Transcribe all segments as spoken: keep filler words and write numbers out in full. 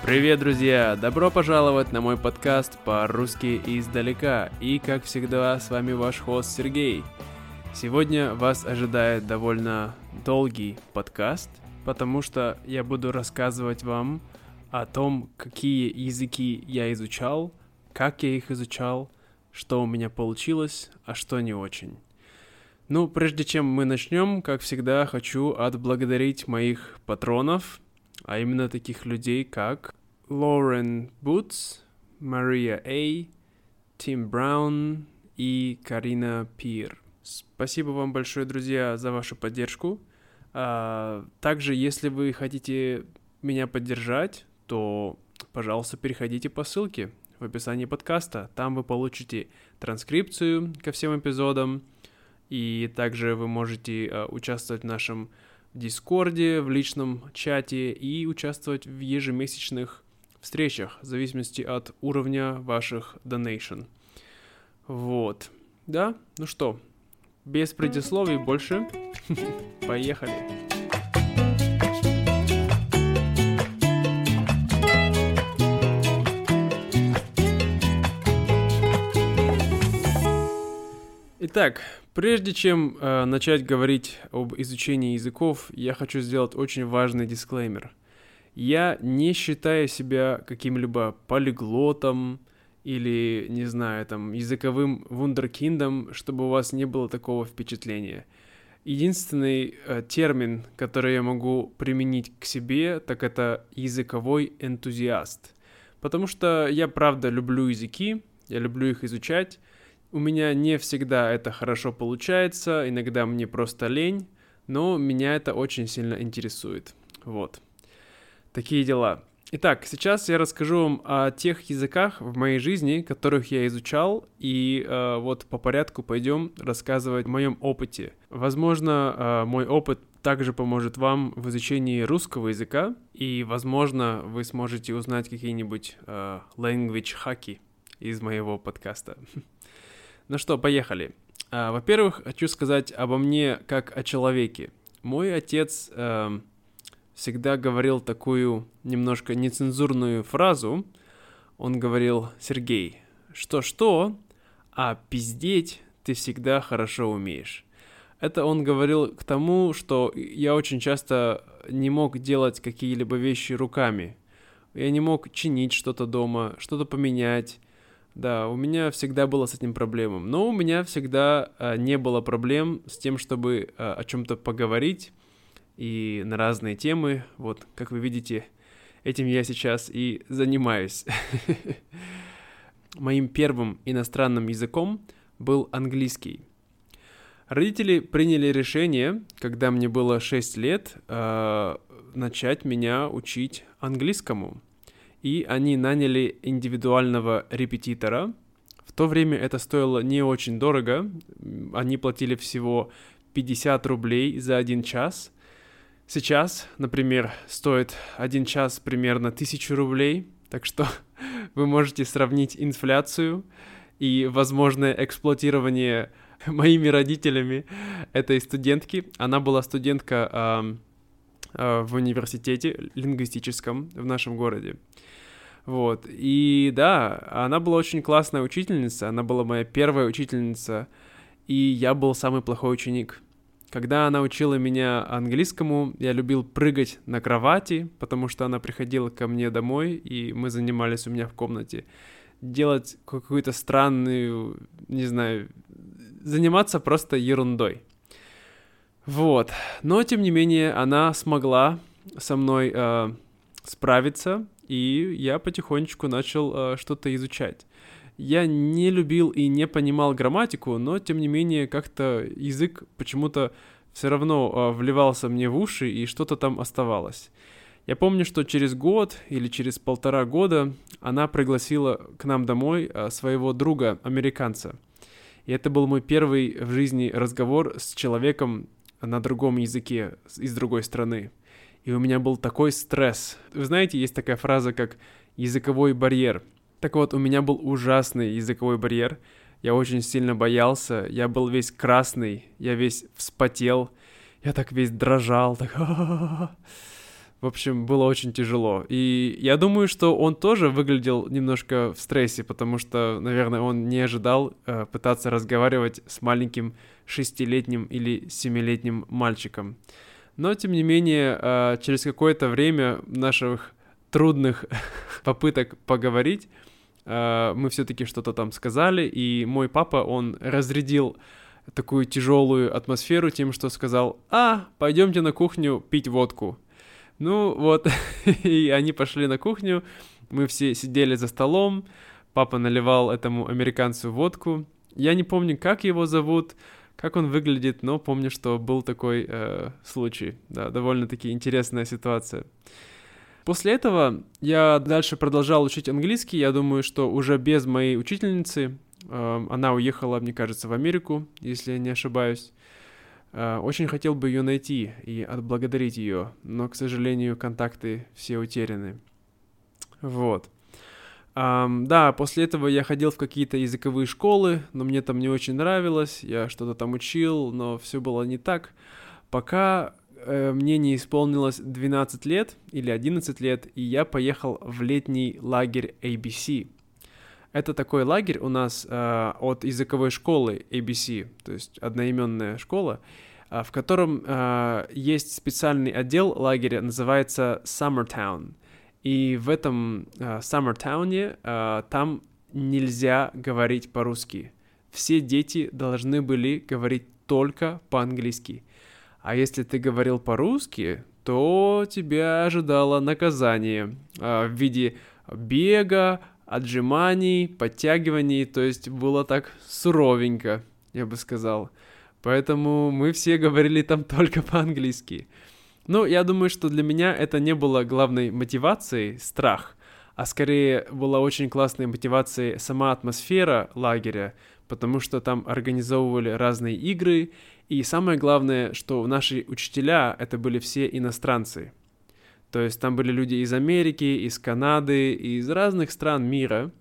Привет, друзья! Добро пожаловать на мой подкаст по-русски издалека. И, как всегда, с вами ваш хост Сергей. Сегодня вас ожидает довольно долгий подкаст, потому что я буду рассказывать вам о том, какие языки я изучал, как я их изучал, что у меня получилось, а что не очень. Ну, прежде чем мы начнем, как всегда, хочу отблагодарить моих патронов, а именно таких людей, как Лорен Бутс, Мария Эй, Тим Браун и Карина Пир. Спасибо вам большое, друзья, за вашу поддержку. А, также, если вы хотите меня поддержать, то, пожалуйста, переходите по ссылке в описании подкаста. Там вы получите транскрипцию ко всем эпизодам, и также вы можете а, участвовать в нашем Дискорде, в личном чате и участвовать в ежемесячных встречах, в зависимости от уровня ваших донейшн. Вот. Да? Ну что, без предисловий больше. Поехали. Итак, прежде чем э, начать говорить об изучении языков, я хочу сделать очень важный дисклеймер. Я не считаю себя каким-либо полиглотом или, не знаю, там, языковым вундеркиндом, чтобы у вас не было такого впечатления. Единственный э, термин, который я могу применить к себе, так это языковой энтузиаст. Потому что я правда люблю языки, я люблю их изучать. У меня не всегда это хорошо получается, иногда мне просто лень, но меня это очень сильно интересует. Вот. Такие дела. Итак, сейчас я расскажу вам о тех языках в моей жизни, которых я изучал, и э, вот по порядку пойдем рассказывать о моем опыте. Возможно, э, мой опыт также поможет вам в изучении русского языка, и, возможно, вы сможете узнать какие-нибудь э, language хаки из моего подкаста. Ну что, поехали. А, во-первых, хочу сказать обо мне как о человеке. Мой отец э, всегда говорил такую немножко нецензурную фразу. Он говорил: «Сергей, что-что, а пиздеть ты всегда хорошо умеешь». Это он говорил к тому, что я очень часто не мог делать какие-либо вещи руками. Я не мог чинить что-то дома, что-то поменять. Да, у меня всегда было с этим проблемом, но у меня всегда а, не было проблем с тем, чтобы а, о чем-то поговорить и на разные темы. Вот, как вы видите, этим я сейчас и занимаюсь. Моим первым иностранным языком был английский. Родители приняли решение, когда мне было шесть лет, а, начать меня учить английскому. И они наняли индивидуального репетитора. В то время это стоило не очень дорого. Они платили всего пятьдесят рублей за один час. Сейчас, например, стоит один час примерно тысячу рублей. Так что вы можете сравнить инфляцию и возможное эксплуатирование моими родителями этой студентки. Она была студентка э, э, в университете лингвистическом в нашем городе. Вот, и да, она была очень классная учительница, она была моя первая учительница, и я был самый плохой ученик. Когда она учила меня английскому, я любил прыгать на кровати, потому что она приходила ко мне домой, и мы занимались у меня в комнате. Делать какую-то странную, не знаю, заниматься просто ерундой. Вот, но тем не менее она смогла со мной э, справиться, и я потихонечку начал э, что-то изучать. Я не любил и не понимал грамматику, но, тем не менее, как-то язык почему-то все равно э, вливался мне в уши, и что-то там оставалось. Я помню, что через год или через полтора года она пригласила к нам домой э, своего друга-американца. И это был мой первый в жизни разговор с человеком на другом языке, из другой страны. И у меня был такой стресс. Вы знаете, есть такая фраза, как «языковой барьер». Так вот, у меня был ужасный языковой барьер. Я очень сильно боялся. Я был весь красный, я весь вспотел. Я так весь дрожал. Так... В общем, было очень тяжело. И я думаю, что он тоже выглядел немножко в стрессе, потому что, наверное, он не ожидал э, пытаться разговаривать с маленьким шестилетним или семилетним мальчиком. Но, тем не менее, э, через какое-то время наших трудных попыток поговорить, э, мы все-таки что-то там сказали, и мой папа, он разрядил такую тяжелую атмосферу тем, что сказал: «А, пойдемте на кухню пить водку». Ну вот, и они пошли на кухню, мы все сидели за столом, папа наливал этому американцу водку. Я не помню, как его зовут, как он выглядит, но помню, что был такой э, случай. Да, довольно-таки интересная ситуация. После этого я дальше продолжал учить английский. Я думаю, что уже без моей учительницы. Э, она уехала, мне кажется, в Америку, если я не ошибаюсь. Очень хотел бы ее найти и отблагодарить ее, но, к сожалению, контакты все утеряны. Вот. Um, да, после этого я ходил в какие-то языковые школы, но мне там не очень нравилось, я что-то там учил, но все было не так, пока э, мне не исполнилось двенадцать лет или одиннадцать лет, и я поехал в летний лагерь эй би си. Это такой лагерь у нас э, от языковой школы эй би си, то есть одноименная школа, э, в котором э, есть специальный отдел лагеря, называется Summertown. И в этом э, Summertown э, там нельзя говорить по-русски. Все дети должны были говорить только по-английски. А если ты говорил по-русски, то тебя ожидало наказание э, в виде бега, отжиманий, подтягиваний, то есть было так суровенько, я бы сказал. Поэтому мы все говорили там только по-английски. Ну, я думаю, что для меня это не было главной мотивацией, страх, а скорее была очень классной мотивацией сама атмосфера лагеря, потому что там организовывали разные игры, и самое главное, что наши учителя это были все иностранцы. То есть там были люди из Америки, из Канады, из разных стран мира.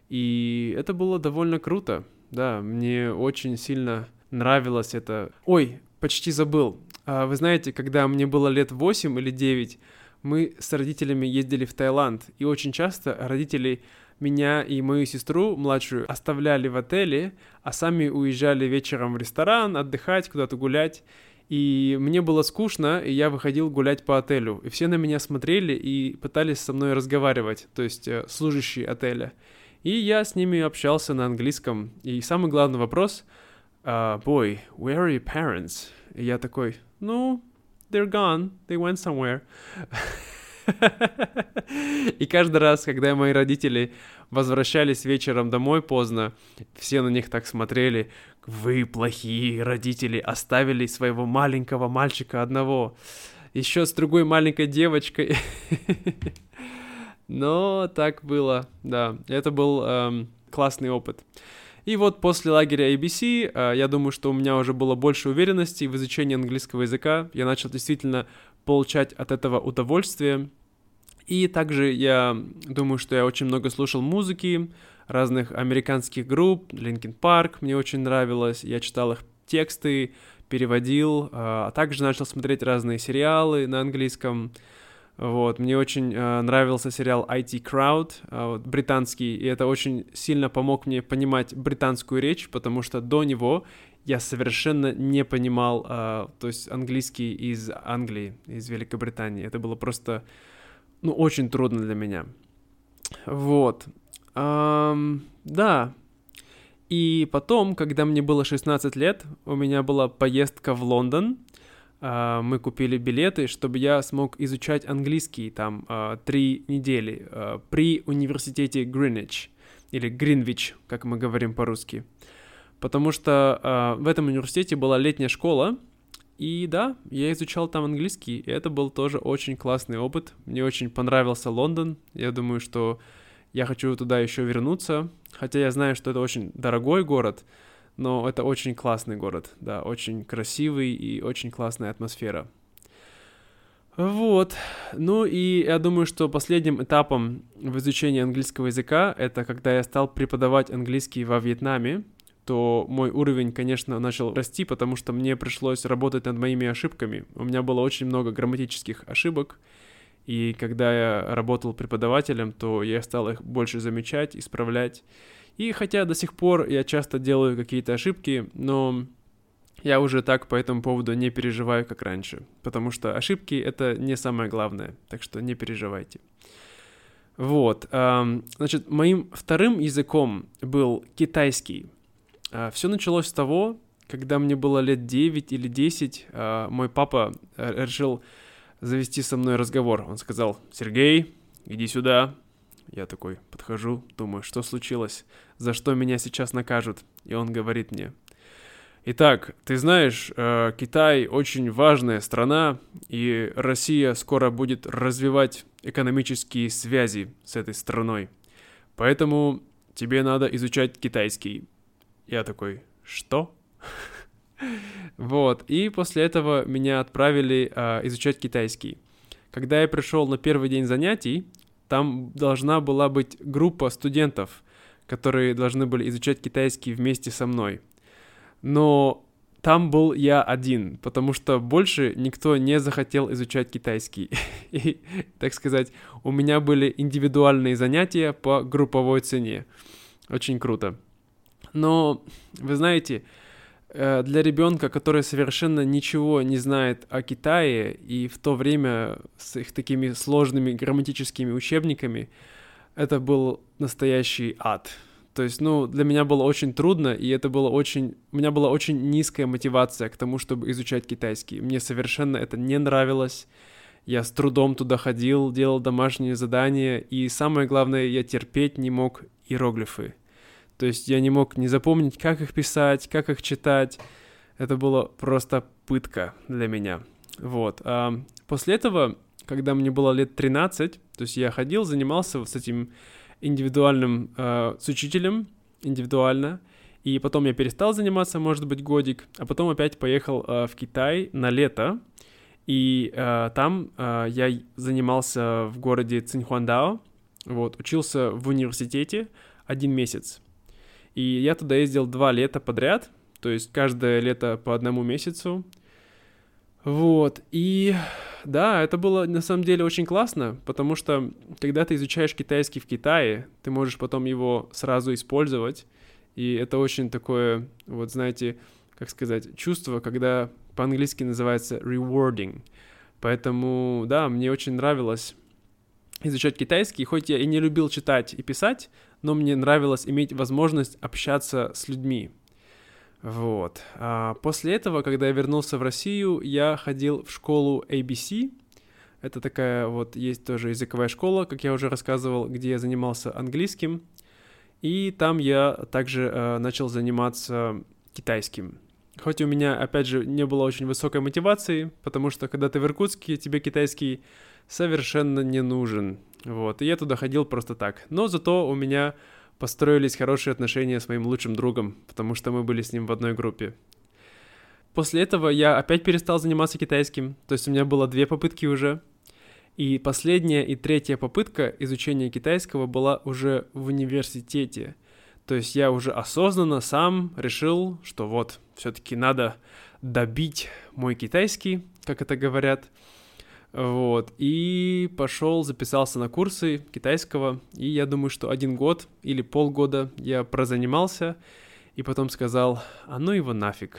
И это было довольно круто. Да, мне очень сильно нравилось это. Ой, почти забыл. Вы знаете, когда мне было лет восемь или девять, мы с родителями ездили в Таиланд. И очень часто родители меня и мою сестру младшую оставляли в отеле, а сами уезжали вечером в ресторан, отдыхать, куда-то гулять. И мне было скучно, и я выходил гулять по отелю. И все на меня смотрели и пытались со мной разговаривать, то есть э, служащие отеля. И я с ними общался на английском. И самый главный вопрос uh, «Boy, where are your parents?» И я такой: «Ну, they're gone, they went somewhere». И каждый раз, когда мои родители возвращались вечером домой поздно, все на них так смотрели: «Вы плохие родители, оставили своего маленького мальчика одного, еще с другой маленькой девочкой». Но так было, да, это был эм, классный опыт. И вот после лагеря эй би си, э, я думаю, что у меня уже было больше уверенности в изучении английского языка. Я начал действительно получать от этого удовольствие. И также я думаю, что я очень много слушал музыки, разных американских групп, Linkin Park мне очень нравилось, я читал их тексты, переводил, а также начал смотреть разные сериалы на английском. Вот, мне очень э, нравился сериал ай ти Crowd, э, вот, британский, и это очень сильно помог мне понимать британскую речь, потому что до него я совершенно не понимал, э, то есть английский из Англии, из Великобритании. Это было просто, ну, очень трудно для меня. Вот, эм, да. И потом, когда мне было шестнадцать лет, у меня была поездка в Лондон. Мы купили билеты, чтобы я смог изучать английский там три недели при университете Гринвич, или Гринвич, как мы говорим по-русски. Потому что в этом университете была летняя школа, и да, я изучал там английский, и это был тоже очень классный опыт. Мне очень понравился Лондон, я думаю, что я хочу туда еще вернуться, хотя я знаю, что это очень дорогой город, но это очень классный город, да, очень красивый и очень классная атмосфера. Вот, ну и я думаю, что последним этапом в изучении английского языка, это когда я стал преподавать английский во Вьетнаме, то мой уровень, конечно, начал расти, потому что мне пришлось работать над моими ошибками. У меня было очень много грамматических ошибок, И когда я работал преподавателем, то я стал их больше замечать, исправлять. И хотя до сих пор я часто делаю какие-то ошибки, но я уже так по этому поводу не переживаю, как раньше. Потому что ошибки — это не самое главное, так что не переживайте. Вот, значит, моим вторым языком был китайский. Все началось с того, когда мне было лет девять или десять, мой папа решил завести со мной разговор. Он сказал: «Сергей, иди сюда». Я такой подхожу, думаю, что случилось, за что меня сейчас накажут. И он говорит мне: «Итак, ты знаешь, Китай очень важная страна, и Россия скоро будет развивать экономические связи с этой страной. Поэтому тебе надо изучать китайский». Я такой: «Что?» Вот, и после этого меня отправили э, изучать китайский. Когда я пришел на первый день занятий, там должна была быть группа студентов, которые должны были изучать китайский вместе со мной. Но там был я один, потому что больше никто не захотел изучать китайский. И, так сказать, у меня были индивидуальные занятия по групповой цене. Очень круто. Но, вы знаете, для ребенка, который совершенно ничего не знает о Китае, и в то время с их такими сложными грамматическими учебниками, это был настоящий ад. То есть, ну, для меня было очень трудно, и это было очень... У меня была очень низкая мотивация к тому, чтобы изучать китайский. Мне совершенно это не нравилось. Я с трудом туда ходил, делал домашние задания, и самое главное, я терпеть не мог иероглифы. То есть я не мог не запомнить, как их писать, как их читать. Это было просто пытка для меня. Вот. А после этого, когда мне было лет тринадцать, то есть я ходил, занимался с этим индивидуальным, э, с учителем индивидуально, и потом я перестал заниматься, может быть, годик, а потом опять поехал э, в Китай на лето, и э, там э, я занимался в городе Циньхуандао, вот, учился в университете один месяц. И я туда ездил два лета подряд, то есть каждое лето по одному месяцу. Вот, и да, это было на самом деле очень классно, потому что когда ты изучаешь китайский в Китае, ты можешь потом его сразу использовать, и это очень такое, вот знаете, как сказать, чувство, когда по-английски называется rewarding. Поэтому, да, мне очень нравилось изучать китайский, хоть я и не любил читать и писать, но мне нравилось иметь возможность общаться с людьми. Вот. А после этого, когда я вернулся в Россию, я ходил в школу эй би си. Это такая вот, есть тоже языковая школа, как я уже рассказывал, где я занимался английским. И там я также э, начал заниматься китайским. Хоть у меня, опять же, не было очень высокой мотивации, потому что когда ты в Иркутске, тебе китайский совершенно не нужен. Вот, и я туда ходил просто так. Но зато у меня построились хорошие отношения с моим лучшим другом, потому что мы были с ним в одной группе. После этого я опять перестал заниматься китайским, то есть у меня было две попытки уже. И последняя и третья попытка изучения китайского была уже в университете. То есть я уже осознанно сам решил, что вот, все-таки надо добить мой китайский, как это говорят. Вот, и пошел, записался на курсы китайского, и я думаю, что один год или полгода я прозанимался, и потом сказал: а ну его нафиг.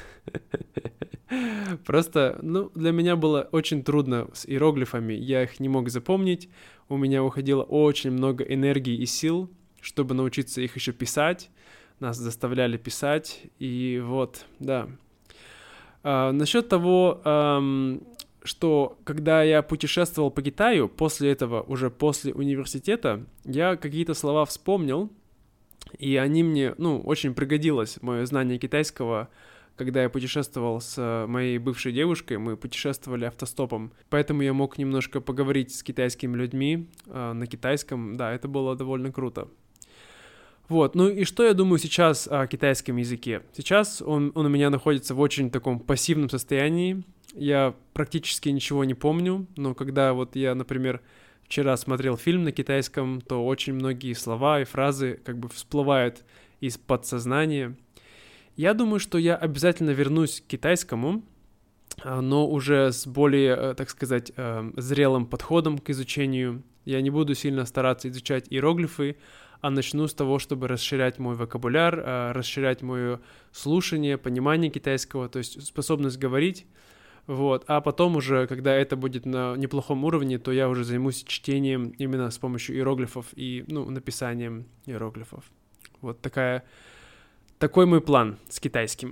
Просто, ну, для меня было очень трудно с иероглифами, я их не мог запомнить, у меня уходило очень много энергии и сил, чтобы научиться их еще писать, нас заставляли писать, и вот, да. А, насчет того... Ам, что когда я путешествовал по Китаю, после этого, уже после университета, я какие-то слова вспомнил, и они мне, ну, очень пригодилось, мое знание китайского, когда я путешествовал с моей бывшей девушкой, мы путешествовали автостопом, поэтому я мог немножко поговорить с китайскими людьми э, на китайском, да, это было довольно круто. Вот, ну и что я думаю сейчас о китайском языке? Сейчас он, он у меня находится в очень таком пассивном состоянии. Я практически ничего не помню, но когда вот я, например, вчера смотрел фильм на китайском, то очень многие слова и фразы как бы всплывают из подсознания. Я думаю, что я обязательно вернусь к китайскому, но уже с более, так сказать, зрелым подходом к изучению. Я не буду сильно стараться изучать иероглифы, а начну с того, чтобы расширять мой вокабуляр, расширять мое слушание, понимание китайского, то есть способность говорить. Вот. А потом уже, когда это будет на неплохом уровне, то я уже займусь чтением именно с помощью иероглифов и, ну, написанием иероглифов. Вот такая, такой мой план с китайским.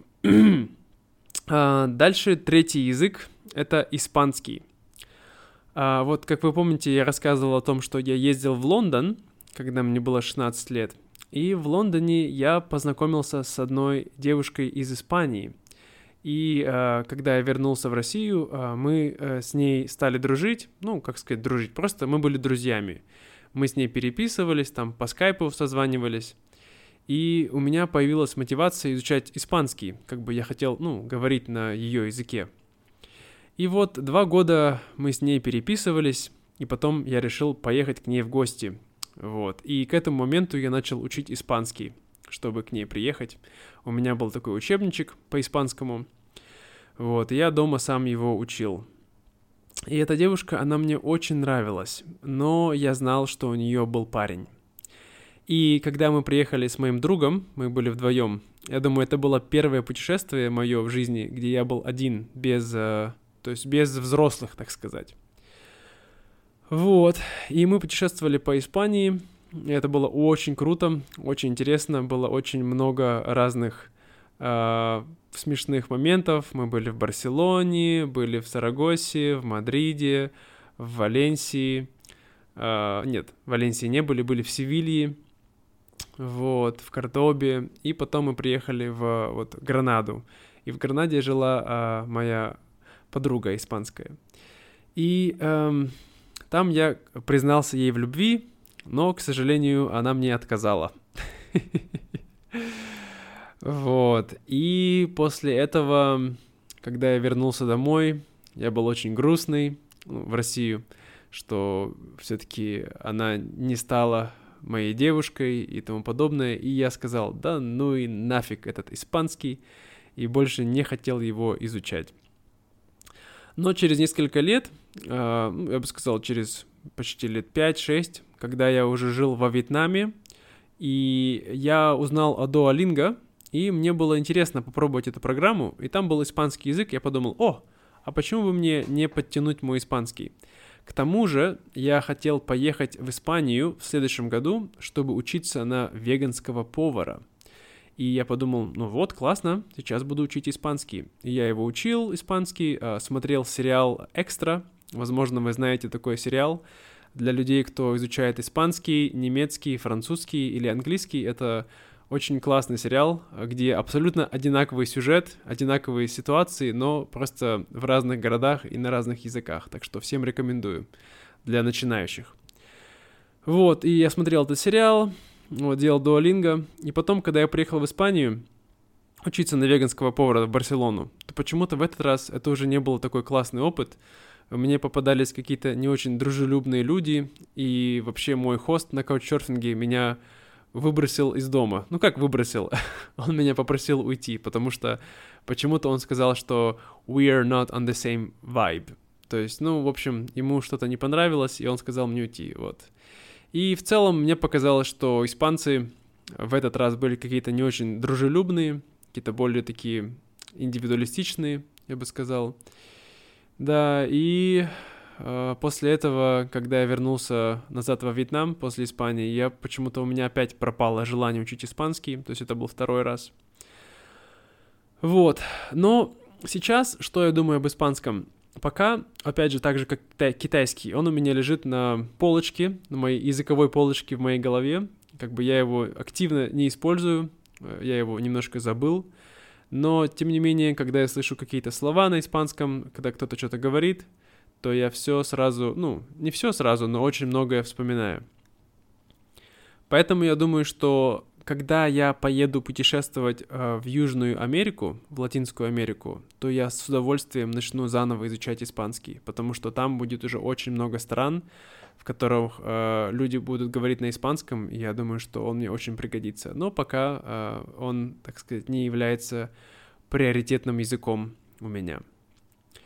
Дальше третий язык — это испанский. Вот, как вы помните, я рассказывал о том, что я ездил в Лондон, когда мне было шестнадцать лет. И в Лондоне я познакомился с одной девушкой из Испании. И э, когда я вернулся в Россию, э, мы э, с ней стали дружить. Ну, как сказать, дружить. Просто мы были друзьями. Мы с ней переписывались, там по скайпу созванивались. И у меня появилась мотивация изучать испанский. Как бы я хотел, ну, говорить на ее языке. И вот два года мы с ней переписывались. И потом я решил поехать к ней в гости. Вот. И к этому моменту я начал учить испанский, чтобы к ней приехать. У меня был такой учебничек по испанскому. Вот. И я дома сам его учил. И эта девушка, она мне очень нравилась. Но я знал, что у нее был парень. И когда мы приехали с моим другом, мы были вдвоем. Я думаю, это было первое путешествие мое в жизни, где я был один, без, то есть без взрослых, так сказать. Вот, и мы путешествовали по Испании, и это было очень круто, очень интересно, было очень много разных э, смешных моментов. Мы были в Барселоне, были в Сарагосе, в Мадриде, в Валенсии, э, нет, в Валенсии не были, были в Севилье, вот, в Кордобе, и потом мы приехали в вот, Гранаду, и в Гранаде жила э, моя подруга испанская, и... Э, Там я признался ей в любви, но, к сожалению, она мне отказала. Вот. И после этого, когда я вернулся домой, я был очень грустный, ну, в Россию, что все-таки она не стала моей девушкой и тому подобное. И я сказал, да ну и нафиг этот испанский, и больше не хотел его изучать. Но через несколько лет, я бы сказал, через почти лет пять-шесть, когда я уже жил во Вьетнаме, и я узнал о Duolingo, и мне было интересно попробовать эту программу, и там был испанский язык, я подумал, о, а почему бы мне не подтянуть мой испанский? К тому же я хотел поехать в Испанию в следующем году, чтобы учиться на веганского повара. И я подумал, ну вот, классно, сейчас буду учить испанский. И я его учил, испанский, смотрел сериал «Экстра». Возможно, вы знаете такой сериал. Для людей, кто изучает испанский, немецкий, французский или английский, это очень классный сериал, где абсолютно одинаковый сюжет, одинаковые ситуации, но просто в разных городах и на разных языках. Так что всем рекомендую для начинающих. Вот, и я смотрел этот сериал, вот, делал Duolingo, и потом, когда я приехал в Испанию учиться на веганского повара в Барселону, то почему-то в этот раз это уже не был такой классный опыт. Мне попадались какие-то не очень дружелюбные люди, и вообще мой хост на каучсерфинге меня выбросил из дома. Ну как выбросил? Он меня попросил уйти, потому что почему-то он сказал, что we are not on the same vibe. То есть, ну, в общем, ему что-то не понравилось, и он сказал мне уйти, вот. И в целом мне показалось, что испанцы в этот раз были какие-то не очень дружелюбные, какие-то более такие индивидуалистичные, я бы сказал. Да, и э, после этого, когда я вернулся назад во Вьетнам после Испании, я почему-то у меня опять пропало желание учить испанский, то есть это был второй раз. Вот, но сейчас, что я думаю об испанском? Пока, опять же, так же, как китайский, он у меня лежит на полочке, на моей языковой полочке в моей голове. Как бы я его активно не использую, я его немножко забыл. Но, тем не менее, когда я слышу какие-то слова на испанском, когда кто-то что-то говорит, то я все сразу, ну, не все сразу, но очень многое вспоминаю. Поэтому я думаю, что когда я поеду путешествовать э, в Южную Америку, в Латинскую Америку, то я с удовольствием начну заново изучать испанский, потому что там будет уже очень много стран, в которых э, люди будут говорить на испанском, и я думаю, что он мне очень пригодится. Но пока э, он, так сказать, не является приоритетным языком у меня.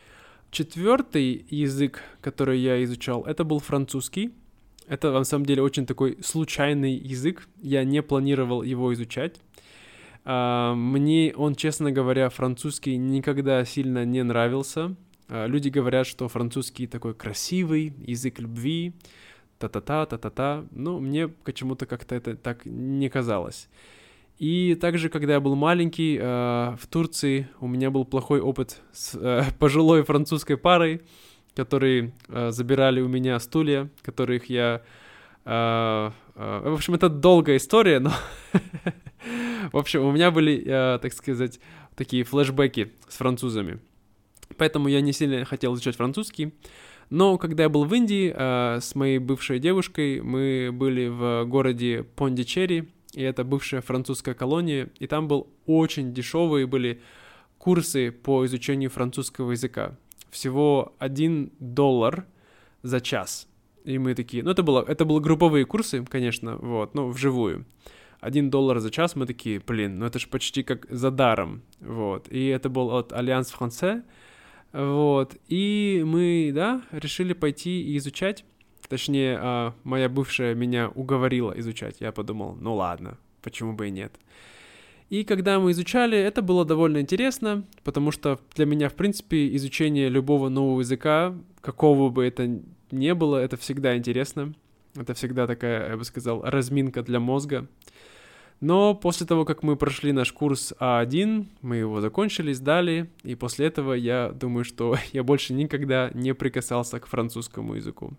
Четвертый язык, который я изучал, это был французский. Это, на самом деле, очень такой случайный язык. Я не планировал его изучать. А, мне он, честно говоря, французский никогда сильно не нравился. А, люди говорят, что французский такой красивый, язык любви, та-та-та, та-та-та. Но мне почему-то как-то это так не казалось. И также, когда я был маленький, э, в Турции у меня был плохой опыт с э, пожилой французской парой, которые э, забирали у меня стулья, которых я... Э, э, в общем, это долгая история, но... В общем, у меня были, э, так сказать, такие флешбеки с французами. Поэтому я не сильно хотел изучать французский. Но когда я был в Индии э, с моей бывшей девушкой, мы были в городе Пондичерри, и это бывшая французская колония, и там был очень дешевые были курсы по изучению французского языка. Всего один доллар за час. И мы такие... Ну, это было, это были групповые курсы, конечно, вот, ну, вживую. Один доллар за час, мы такие, блин, ну это же почти как за даром, вот. И это был от Альянс Франце, вот. И мы, да, решили пойти и изучать. Точнее, а, моя бывшая меня уговорила изучать. Я подумал, ну ладно, почему бы и нет. И когда мы изучали, это было довольно интересно, потому что для меня, в принципе, изучение любого нового языка, какого бы это ни было, это всегда интересно. Это всегда такая, я бы сказал, разминка для мозга. Но после того, как мы прошли наш курс А один, мы его закончили, сдали, и после этого я думаю, что я больше никогда не прикасался к французскому языку.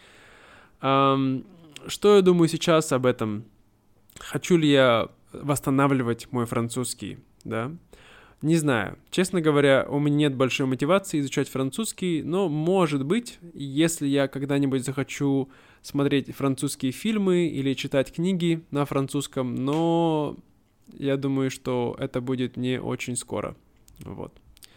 Um, что я думаю сейчас об этом? Хочу ли я восстанавливать мой французский, да? Не знаю. Честно говоря, у меня нет большой мотивации изучать французский, но, может быть, если я когда-нибудь захочу смотреть французские фильмы или читать книги на французском, но я думаю, что это будет не очень скоро. Вот.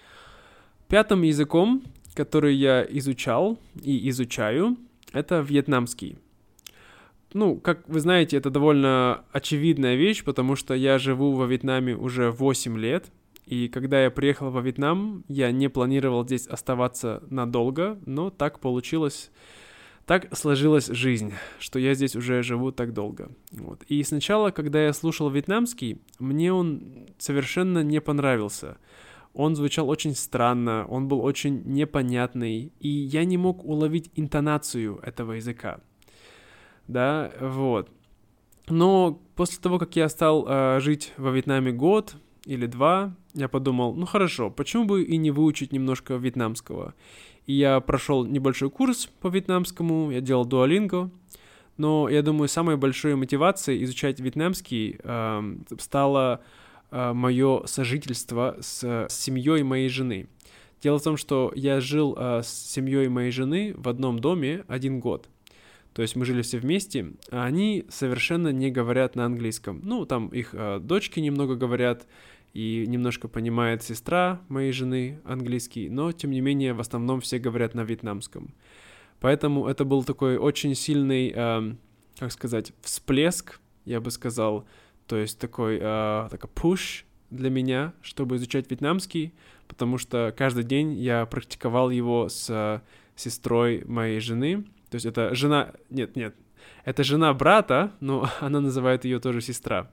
Пятым языком, который я изучал и изучаю, это вьетнамский. Ну, как вы знаете, это довольно очевидная вещь, потому что я живу во Вьетнаме уже восемь лет, и когда я приехал во Вьетнам, я не планировал здесь оставаться надолго, но так получилось, так сложилась жизнь, что я здесь уже живу так долго. Вот. И сначала, когда я слушал вьетнамский, мне он совершенно не понравился. Он звучал очень странно, он был очень непонятный, и я не мог уловить интонацию этого языка. Да, вот. Но после того, как я стал э, жить во Вьетнаме год или два, я подумал, ну хорошо, почему бы и не выучить немножко вьетнамского? И я прошел небольшой курс по вьетнамскому, я делал Duolingo, но я думаю, самой большой мотивацией изучать вьетнамский э, стало э, мое сожительство с, с семьей моей жены. Дело в том, что я жил э, с семьей моей жены в одном доме один год. То есть мы жили все вместе, а они совершенно не говорят на английском. Ну, там их э, дочки немного говорят, и немножко понимает сестра моей жены английский, но, тем не менее, в основном все говорят на вьетнамском. Поэтому это был такой очень сильный, э, как сказать, всплеск, я бы сказал, то есть такой, э, такой push для меня, чтобы изучать вьетнамский, потому что каждый день я практиковал его с э, сестрой моей жены. То есть это жена... Нет, нет. Это жена брата, но она называет ее тоже сестра.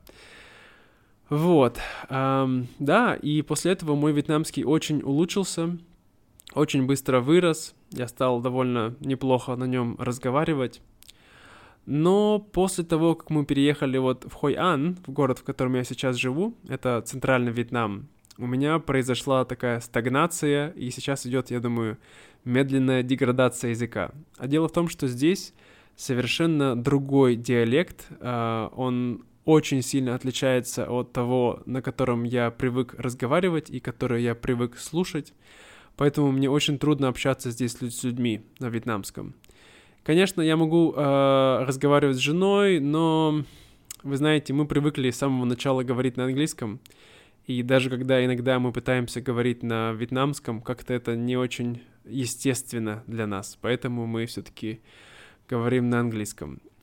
Вот. Эм, да, и после этого мой вьетнамский очень улучшился, очень быстро вырос. Я стал довольно неплохо на нем разговаривать. Но после того, как мы переехали вот в Хой-Ан, в город, в котором я сейчас живу, это центральный Вьетнам, у меня произошла такая стагнация, и сейчас идет, я думаю, медленная деградация языка. А дело в том, что здесь совершенно другой диалект, он очень сильно отличается от того, на котором я привык разговаривать и который я привык слушать, поэтому мне очень трудно общаться здесь с людьми на вьетнамском. Конечно, я могу э, разговаривать с женой, но, вы знаете, мы привыкли с самого начала говорить на английском, и даже когда иногда мы пытаемся говорить на вьетнамском, как-то это не очень естественно для нас, поэтому мы все-таки говорим на английском.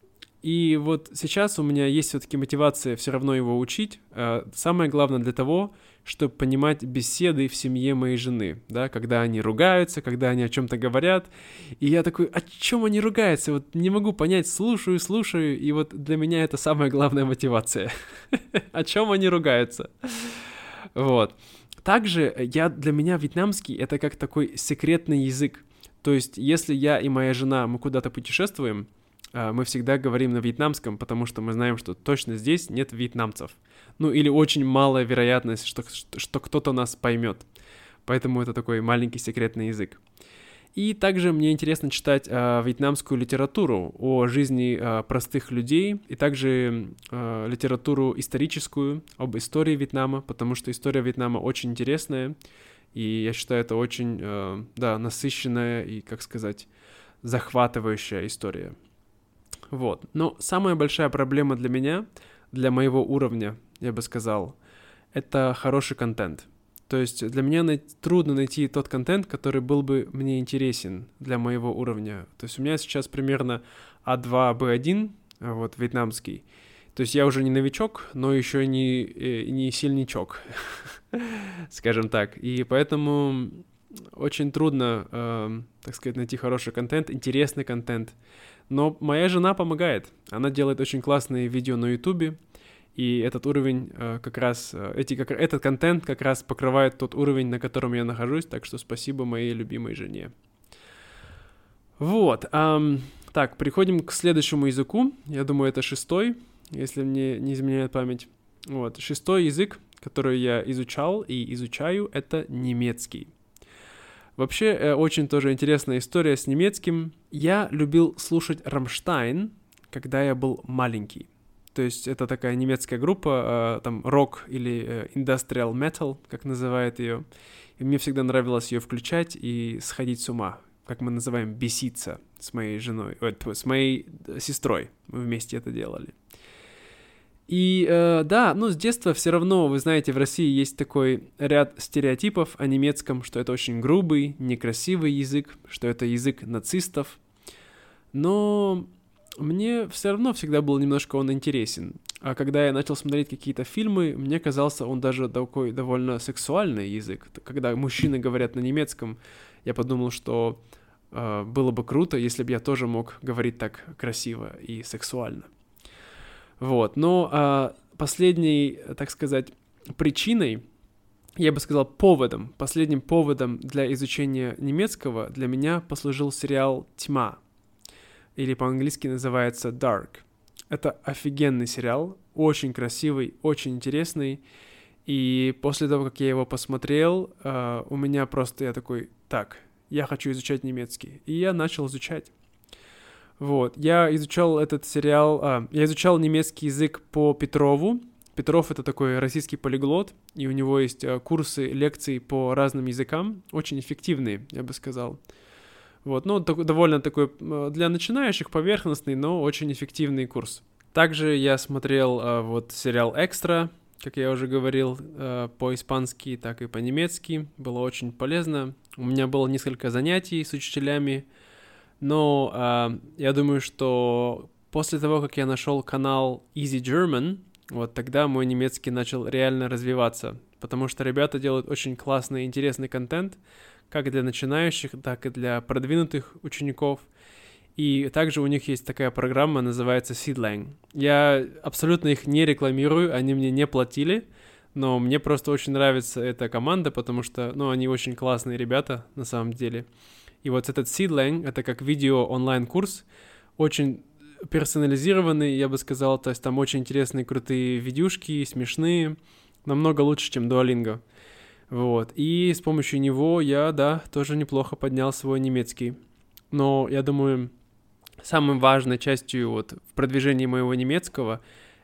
И вот сейчас у меня есть все-таки мотивация все равно его учить. Самое главное для того, чтобы понимать беседы в семье моей жены, да, когда они ругаются, когда они о чем-то говорят. И я такой, о чем они ругаются? Вот не могу понять, слушаю, слушаю, и вот для меня это самая главная мотивация. О чем они ругаются? Вот. Также я, для меня вьетнамский — это как такой секретный язык. То есть, если я и моя жена, мы куда-то путешествуем, мы всегда говорим на вьетнамском, потому что мы знаем, что точно здесь нет вьетнамцев. Ну, или очень малая вероятность, что, что, что кто-то нас поймет. Поэтому это такой маленький секретный язык. И также мне интересно читать э, вьетнамскую литературу о жизни э, простых людей, и также э, литературу историческую об истории Вьетнама, потому что история Вьетнама очень интересная, и я считаю, это очень, э, да, насыщенная и, как сказать, захватывающая история. Вот. Но самая большая проблема для меня, для моего уровня, я бы сказал, это хороший контент. То есть для меня най- трудно найти тот контент, который был бы мне интересен для моего уровня. То есть у меня сейчас примерно а два, бэ один, вот, вьетнамский. То есть я уже не новичок, но еще не, не сильничок, скажем так. И поэтому очень трудно, э, так сказать, найти хороший контент, интересный контент. Но моя жена помогает. Она делает очень классные видео на Ютубе, и этот уровень э, как раз, эти, как, этот контент как раз покрывает тот уровень, на котором я нахожусь, так что спасибо моей любимой жене. Вот. Эм, так, переходим к следующему языку. Я думаю, это шестой, если мне не изменяет память. Вот. Шестой язык, который я изучал и изучаю, это немецкий. Вообще, очень тоже интересная история с немецким. Я любил слушать «Рамштайн», когда я был маленький. То есть это такая немецкая группа, там рок или industrial metal, как называют ее. И мне всегда нравилось ее включать и сходить с ума, как мы называем, беситься с моей женой, ой, с моей сестрой. Мы вместе это делали. И э, да, ну с детства все равно, вы знаете, в России есть такой ряд стереотипов о немецком, что это очень грубый, некрасивый язык, что это язык нацистов. Но мне все равно всегда был немножко он интересен. А когда я начал смотреть какие-то фильмы, мне казался он даже такой довольно сексуальный язык. Когда мужчины говорят на немецком, я подумал, что э, было бы круто, если бы я тоже мог говорить так красиво и сексуально. Вот, но а, последней, так сказать, причиной, я бы сказал, поводом, последним поводом для изучения немецкого для меня послужил сериал «Тьма», или по-английски называется «Dark». Это офигенный сериал, очень красивый, очень интересный, и после того, как я его посмотрел, а, у меня просто, я такой, так, я хочу изучать немецкий, и я начал изучать. Вот, я изучал этот сериал, а, я изучал немецкий язык по Петрову. Петров — это такой российский полиглот, и у него есть а, курсы, лекции по разным языкам, очень эффективные, я бы сказал. Вот, ну, так, довольно такой для начинающих поверхностный, но очень эффективный курс. Также я смотрел а, вот сериал «Экстра», как я уже говорил, а, по-испански, так и по-немецки. Было очень полезно. У меня было несколько занятий с учителями. Но э, я думаю, что после того, как я нашел канал Easy German, вот тогда мой немецкий начал реально развиваться, потому что ребята делают очень классный, интересный контент, как для начинающих, так и для продвинутых учеников. И также у них есть такая программа, называется Seedlang. Я абсолютно их не рекламирую, они мне не платили, но мне просто очень нравится эта команда, потому что, ну, они очень классные ребята на самом деле. И вот этот Seedlang — это как видео онлайн-курс, очень персонализированный, я бы сказал, то есть там очень интересные, крутые видюшки, смешные, намного лучше, чем Duolingo. Вот, и с помощью него я, да, тоже неплохо поднял свой немецкий. Но я думаю, самой важной частью вот в продвижении моего немецкого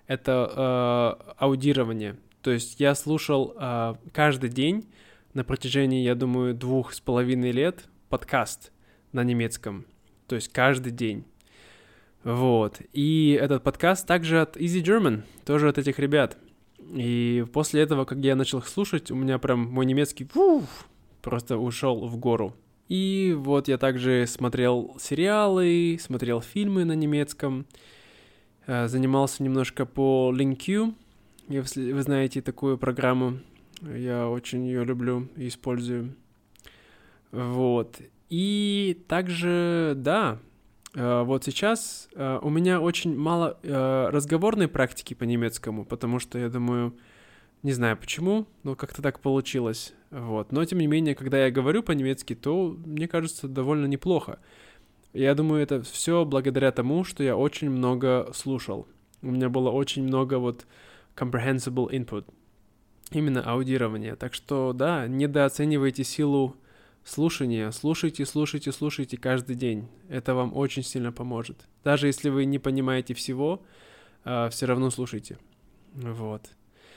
это э, аудирование. То есть я слушал э, каждый день на протяжении, я думаю, двух с половиной лет подкаст на немецком, то есть каждый день. Вот. И этот подкаст также от Easy German, тоже от этих ребят. И после этого, когда я начал их слушать, у меня прям мой немецкий фу, просто ушел в гору. И вот я также смотрел сериалы, смотрел фильмы на немецком. занимался немножко по LingQ. Если вы знаете такую программу, я очень ее люблю и использую. Вот. И также, да, вот сейчас у меня очень мало разговорной практики по немецкому, потому что я думаю, не знаю почему, но как-то так получилось. Вот. Но, тем не менее, когда я говорю по-немецки, то, мне кажется, довольно неплохо. Я думаю, это все благодаря тому, что я очень много слушал. У меня было очень много вот comprehensible input, именно аудирование. Так что, да, недооценивайте силу слушания. Слушайте, слушайте, слушайте каждый день. Это вам очень сильно поможет. Даже если вы не понимаете всего, все равно слушайте. Вот.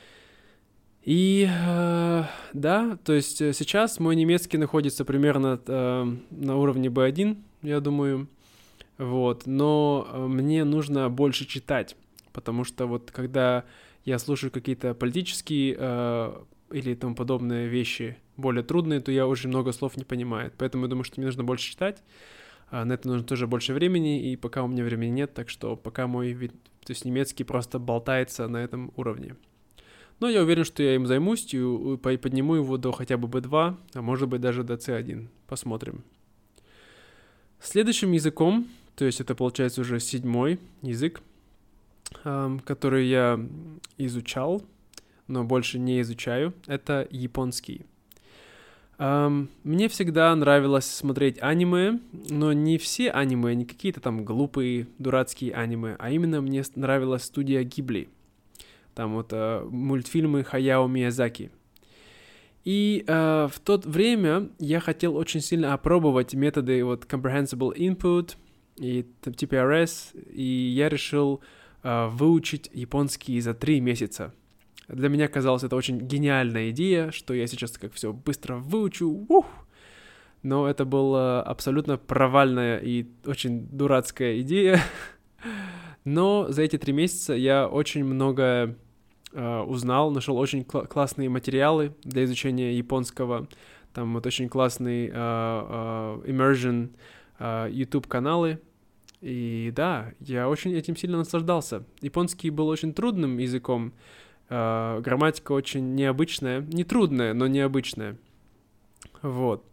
И э, да, то есть сейчас мой немецкий находится примерно э, на уровне би один, я думаю, вот, но мне нужно больше читать, потому что вот когда я слушаю какие-то политические э, или тому подобные вещи более трудные, то я очень много слов не понимаю, поэтому я думаю, что мне нужно больше читать, а на это нужно тоже больше времени, и пока у меня времени нет, так что пока мой вид, то есть немецкий просто болтается на этом уровне. Но я уверен, что я им займусь и подниму его до хотя бы би два, а может быть даже до си один. Посмотрим. Следующим языком, то есть это получается уже седьмой язык, который я изучал, но больше не изучаю, это японский. Мне всегда нравилось смотреть аниме, но не все аниме, не какие-то там глупые, дурацкие аниме, а именно мне нравилась студия Ghibli. Там вот э, мультфильмы Хаяо Миядзаки. И э, в то время я хотел очень сильно опробовать методы вот Comprehensible Input и ти пи ар эс, и я решил э, выучить японский за три месяца. Для меня казалось это очень гениальная идея, что я сейчас как все быстро выучу, ух! Но это была абсолютно провальная и очень дурацкая идея. Но за эти три месяца я очень много э, узнал, нашел очень кл- классные материалы для изучения японского. Там вот очень классные э, э, immersion э, YouTube-каналы. И да, я очень этим сильно наслаждался. Японский был очень трудным языком. Э, грамматика очень необычная. Не трудная, но необычная. Вот.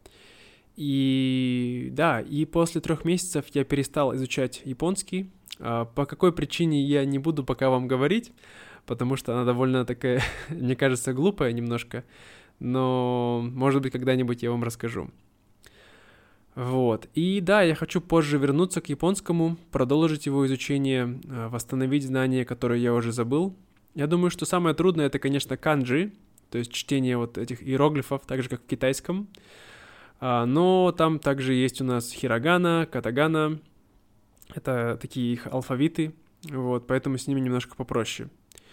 И да, и после трех месяцев я перестал изучать японский. По какой причине я не буду пока вам говорить, потому что она довольно такая, мне кажется, глупая немножко, но, может быть, когда-нибудь я вам расскажу. Вот. И да, я хочу позже вернуться к японскому, продолжить его изучение, восстановить знания, которые я уже забыл. Я думаю, что самое трудное — это, конечно, канджи, то есть чтение вот этих иероглифов, так же, как в китайском. Но там также есть у нас хирогана, катагана. Это такие их алфавиты, вот, поэтому с ними немножко попроще.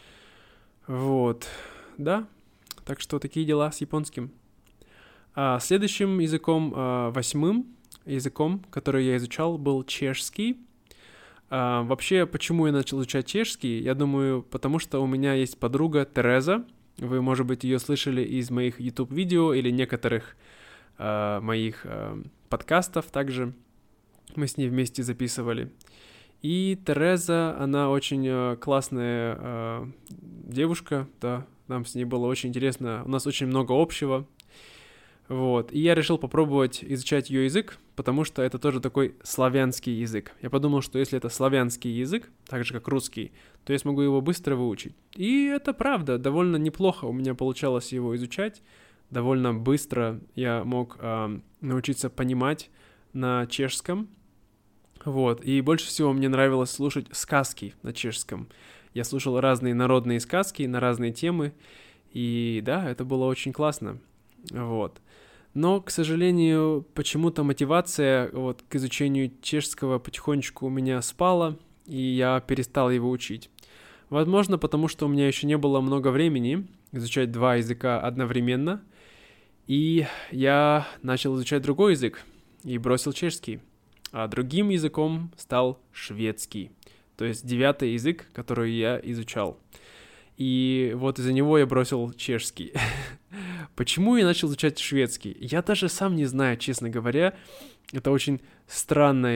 Вот, да, так что такие дела с японским. А следующим языком, а, восьмым языком, который я изучал, был чешский. А, вообще, почему я начал изучать чешский? Я думаю, потому что у меня есть подруга Тереза. Вы, может быть, ее слышали из моих YouTube-видео или некоторых а, моих а, подкастов также. Мы с ней вместе записывали. И Тереза, она очень э, классная э, девушка, да, нам с ней было очень интересно, у нас очень много общего. Вот, и я решил попробовать изучать ее язык, потому что это тоже такой славянский язык. Я подумал, что если это славянский язык, так же как русский, то я смогу его быстро выучить. И это правда, довольно неплохо у меня получалось его изучать, довольно быстро я мог э, научиться понимать на чешском. Вот, и больше всего мне нравилось слушать сказки на чешском. Я слушал разные народные сказки на разные темы, и да, это было очень классно. Вот. Но, к сожалению, почему-то мотивация вот, к изучению чешского потихонечку у меня спала, и я перестал его учить. Возможно, потому что у меня еще не было много времени изучать два языка одновременно, и я начал изучать другой язык и бросил чешский. А другим языком стал шведский, то есть девятый язык, который я изучал. И вот из-за него я бросил чешский. Почему я начал изучать шведский? Я даже сам не знаю, честно говоря. Это очень странная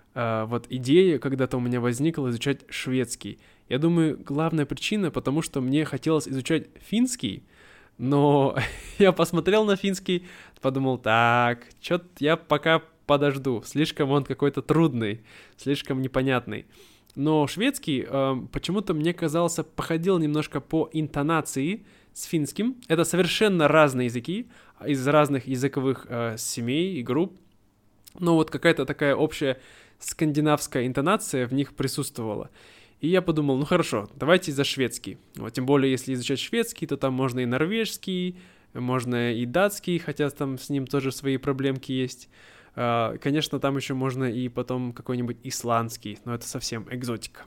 э, вот идея когда-то у меня возникла изучать шведский. Я думаю, главная причина, потому что мне хотелось изучать финский, но я посмотрел на финский, подумал, так, чё-то я пока подожду, слишком он какой-то трудный, слишком непонятный. Но шведский э, почему-то мне казался, походил немножко по интонации с финским. Это совершенно разные языки, из разных языковых э, семей и групп. Но вот какая-то такая общая скандинавская интонация в них присутствовала. И я подумал, ну хорошо, давайте за шведский. Вот, тем более, если изучать шведский, то там можно и норвежский, можно и датский, хотя там с ним тоже свои проблемки есть. Uh, конечно, там еще можно и потом какой-нибудь исландский, но это совсем экзотика.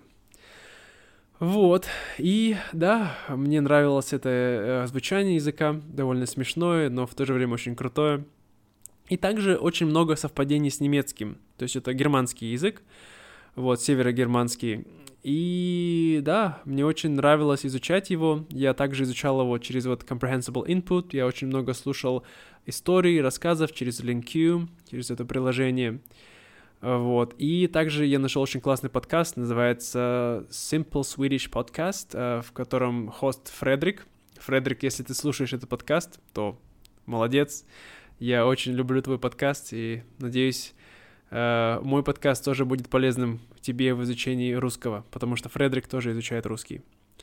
Вот, и да, мне нравилось это uh, звучание языка, довольно смешное, но в то же время очень крутое. И также очень много совпадений с немецким, то есть это германский язык, вот, северогерманский. И да, мне очень нравилось изучать его. Я также изучал его через вот Comprehensible Input. Я очень много слушал историй, рассказов через LinkU, через это приложение. Вот. И также я нашел очень классный подкаст, называется Simple Swedish Podcast, в котором хост Фредерик. Фредерик, если ты слушаешь этот подкаст, то молодец. Я очень люблю твой подкаст и надеюсь, мой подкаст тоже будет полезным тебе в изучении русского, потому что Фредерик тоже изучает русский.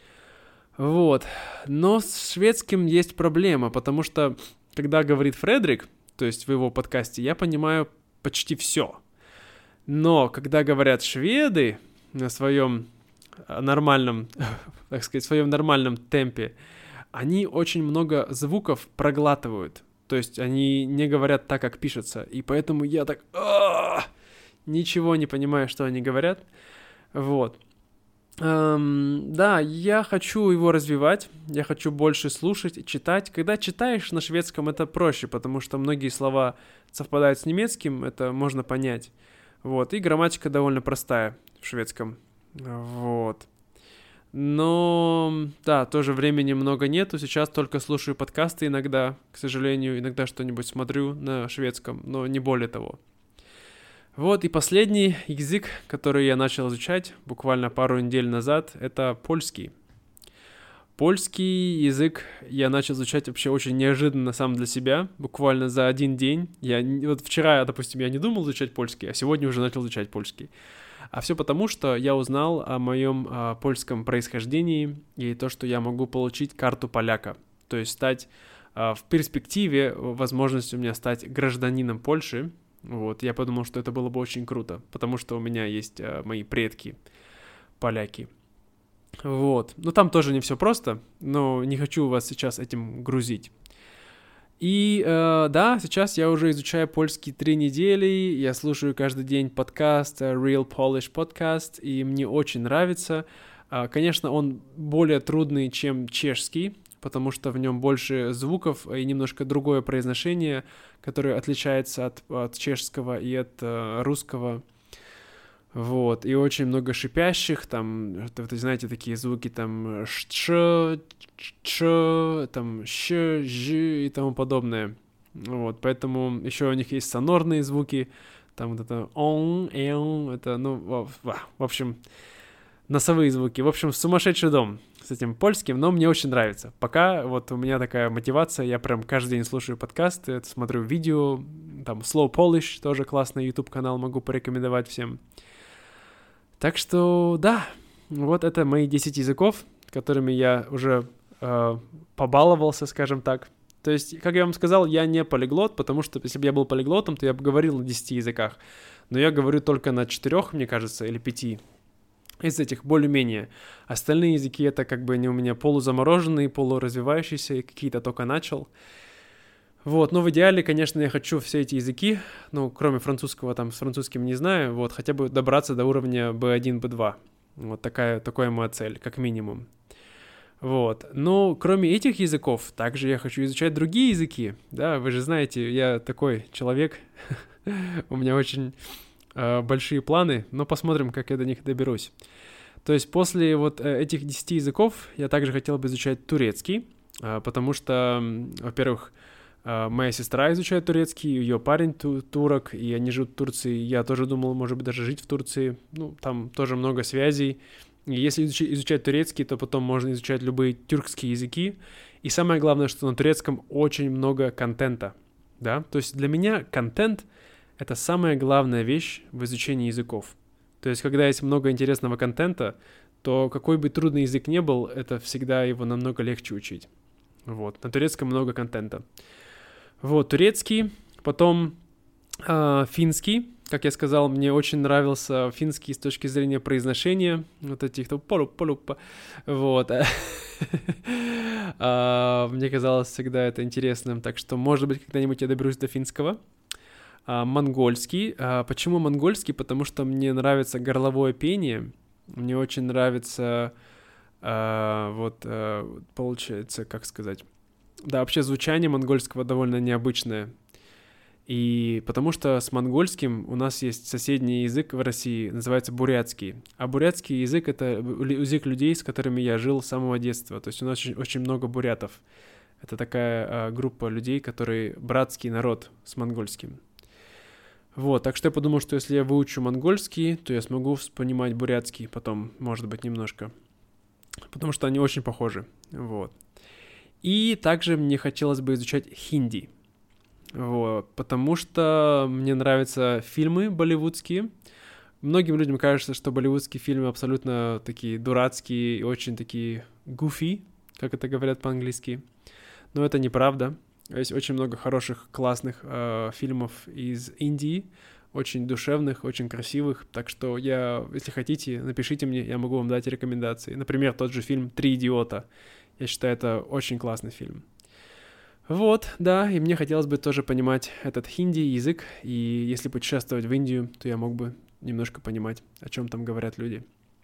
Вот. Но с шведским есть проблема, потому что, когда говорит Фредерик, то есть в его подкасте, я понимаю почти все. Но когда говорят шведы на своем нормальном, так сказать, своем нормальном темпе, они очень много звуков проглатывают. То есть они не говорят так, как пишется. И поэтому я так... ничего не понимаю, что они говорят. Вот. Эм, да, я хочу его развивать. Я хочу больше слушать и читать. Когда читаешь на шведском, это проще, потому что многие слова совпадают с немецким. Это можно понять. Вот. И грамматика довольно простая в шведском. Вот. Но, да, тоже времени много нету. Сейчас только слушаю подкасты иногда, к сожалению. Иногда что-нибудь смотрю на шведском, но не более того. Вот, и последний язык, который я начал изучать буквально пару недель назад, это польский. Польский язык я начал изучать вообще очень неожиданно сам для себя, буквально за один день. Я, вот вчера, допустим, я не думал изучать польский, а сегодня уже начал изучать польский. А все потому, что я узнал о моем о польском происхождении и то, что я могу получить карту поляка. То есть стать в перспективе, возможность у меня стать гражданином Польши. Вот, я подумал, что это было бы очень круто, потому что у меня есть мои предки поляки. Вот, ну там тоже не все просто, но не хочу вас сейчас этим грузить. И э, да, сейчас я уже изучаю польский три недели, я слушаю каждый день подкаст Real Polish Podcast, и мне очень нравится. Э, конечно, он более трудный, чем чешский, потому что в нем больше звуков и немножко другое произношение, которое отличается от, от чешского и от э, русского. Вот, и очень много шипящих, там, вы знаете, такие звуки, там, ш, ч, там, щ, ж и тому подобное. Вот, поэтому еще у них есть сонорные звуки, там вот это он, эл, это, ну, в, в общем, носовые звуки. В общем, сумасшедший дом с этим польским, но мне очень нравится. Пока вот у меня такая мотивация, я прям каждый день слушаю подкасты, смотрю видео, там, Slow Polish, тоже классный YouTube-канал, могу порекомендовать всем. Так что, да, вот это мои десять языков, которыми я уже э, побаловался, скажем так. То есть, как я вам сказал, я не полиглот, потому что если бы я был полиглотом, то я бы говорил на десяти языках. Но я говорю только на четырех, мне кажется, или пяти из этих более-менее. Остальные языки это как бы они у меня полузамороженные, полуразвивающиеся, и какие-то только начал. Вот, но в идеале, конечно, я хочу все эти языки, ну, кроме французского, там, с французским не знаю, вот, хотя бы добраться до уровня би один, би два. Вот такая, такая моя цель, как минимум. Вот, но кроме этих языков, также я хочу изучать другие языки, да, вы же знаете, я такой человек, у меня очень э, большие планы, но посмотрим, как я до них доберусь. То есть после вот э, этих десяти языков я также хотел бы изучать турецкий, э, потому что, во-первых, Моя сестра изучает турецкий, ее парень ту- турок, и они живут в Турции. Я тоже думал, может быть, даже жить в Турции. Ну, там тоже много связей. И если изучать, изучать турецкий, то потом можно изучать любые тюркские языки. И самое главное, что на турецком очень много контента, да. То есть для меня контент — это самая главная вещь в изучении языков. То есть когда есть много интересного контента, то какой бы трудный язык ни был, это всегда его намного легче учить. Вот. На турецком много контента. Вот, турецкий, потом э, финский. Как я сказал, мне очень нравился финский с точки зрения произношения. Вот этих, полу-полу-па. Вот. Мне казалось всегда это интересным. Так что, может быть, когда-нибудь я доберусь до финского. Монгольский. Почему монгольский? Потому что мне нравится горловое пение. Мне очень нравится, вот, получается, как сказать... Да, вообще звучание монгольского довольно необычное. И потому что с монгольским у нас есть соседний язык в России, называется бурятский. А бурятский язык — это язык людей, с которыми я жил с самого детства. То есть у нас очень, очень много бурятов. Это такая а, группа людей, которые братский народ с монгольским. Вот, так что я подумал, что если я выучу монгольский, то я смогу понимать бурятский потом, может быть, немножко. Потому что они очень похожи. Вот. И также мне хотелось бы изучать хинди, вот, потому что мне нравятся фильмы болливудские. Многим людям кажется, что болливудские фильмы абсолютно такие дурацкие и очень такие goofy, как это говорят по-английски. Но это неправда. Есть очень много хороших, классных э, фильмов из Индии, очень душевных, очень красивых. Так что я, если хотите, напишите мне, я могу вам дать рекомендации. Например, тот же фильм «Три идиота». Я считаю, это очень классный фильм. Вот, да, и мне хотелось бы тоже понимать этот хинди язык, и если путешествовать в Индию, то я мог бы немножко понимать, о чем там говорят люди.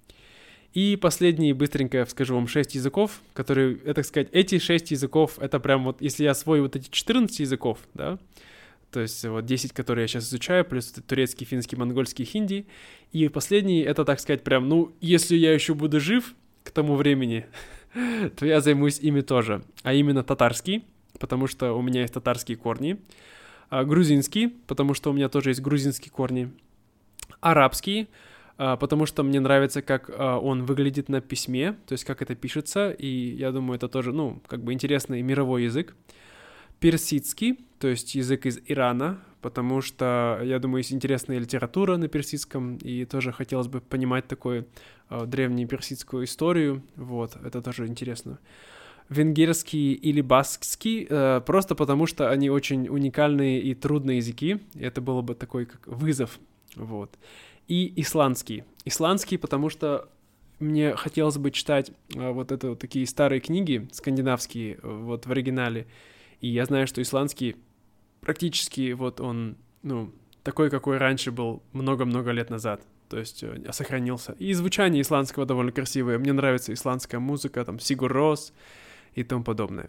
И последний, быстренько скажу вам шесть языков, которые, это, так сказать, эти шесть языков, это прям вот, если я освою вот эти четырнадцать языков, да, то есть вот десять, которые я сейчас изучаю, плюс турецкий, финский, монгольский, хинди, и последний, это, так сказать, прям, ну, если я еще буду жив к тому времени, то я займусь ими тоже, а именно татарский, потому что у меня есть татарские корни, грузинский, потому что у меня тоже есть грузинские корни, арабский, потому что мне нравится, как он выглядит на письме, то есть как это пишется, и я думаю, это тоже, ну, как бы интересный мировой язык. Персидский, то есть язык из Ирана, потому что, я думаю, есть интересная литература на персидском, и тоже хотелось бы понимать такую э, древнюю персидскую историю, вот, это тоже интересно. Венгерский или баскский, э, просто потому что они очень уникальные и трудные языки, и это было бы такой как вызов, вот. И исландский. Исландский, потому что мне хотелось бы читать э, вот это вот такие старые книги, скандинавские, э, вот в оригинале, и я знаю, что исландский практически вот он, ну, такой, какой раньше был много-много лет назад. То есть э, сохранился. И звучание исландского довольно красивое. Мне нравится исландская музыка, там, Сигур Рос и тому подобное.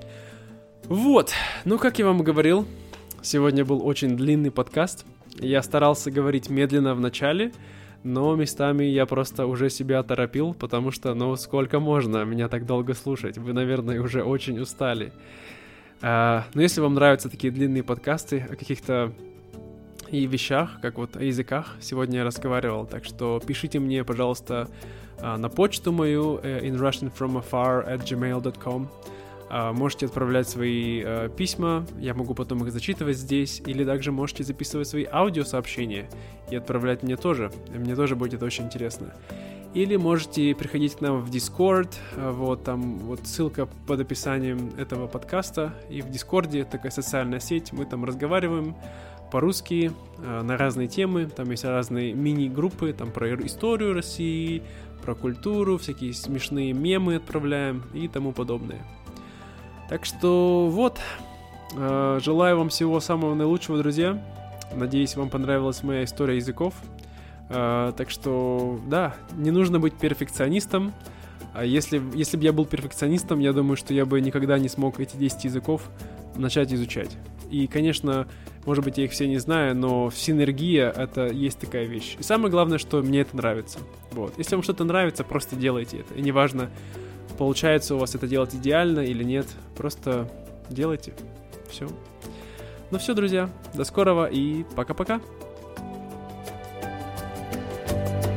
Вот. Ну, как я вам говорил, сегодня был очень длинный подкаст. Я старался говорить медленно в начале, но местами я просто уже себя торопил, потому что, ну, сколько можно меня так долго слушать? Вы, наверное, уже очень устали. Uh, но если вам нравятся такие длинные подкасты о каких-то и вещах, как вот о языках, сегодня я разговаривал, так что пишите мне, пожалуйста, uh, на почту мою uh, in russian from afar at gmail dot com. Uh, можете отправлять свои uh, письма, я могу потом их зачитывать здесь, или также можете записывать свои аудиосообщения и отправлять мне тоже, и мне тоже будет это очень интересно. Или можете приходить к нам в Discord, вот там вот ссылка под описанием этого подкаста, и в Discordе такая социальная сеть, мы там разговариваем по-русски на разные темы, там есть разные мини-группы, там про историю России, про культуру, всякие смешные мемы отправляем и тому подобное. Так что вот, желаю вам всего самого наилучшего, друзья, надеюсь, вам понравилась моя история языков. Uh, так что, да, не нужно быть перфекционистом. Uh, если, если бы я был перфекционистом, я думаю, что я бы никогда не смог эти десять языков начать изучать. И, конечно, может быть, я их все не знаю, но синергия — это есть такая вещь. И самое главное, что мне это нравится. Вот. Если вам что-то нравится, просто делайте это. И неважно, получается у вас это делать идеально или нет, просто делайте. Все. Ну все, друзья, до скорого и пока-пока.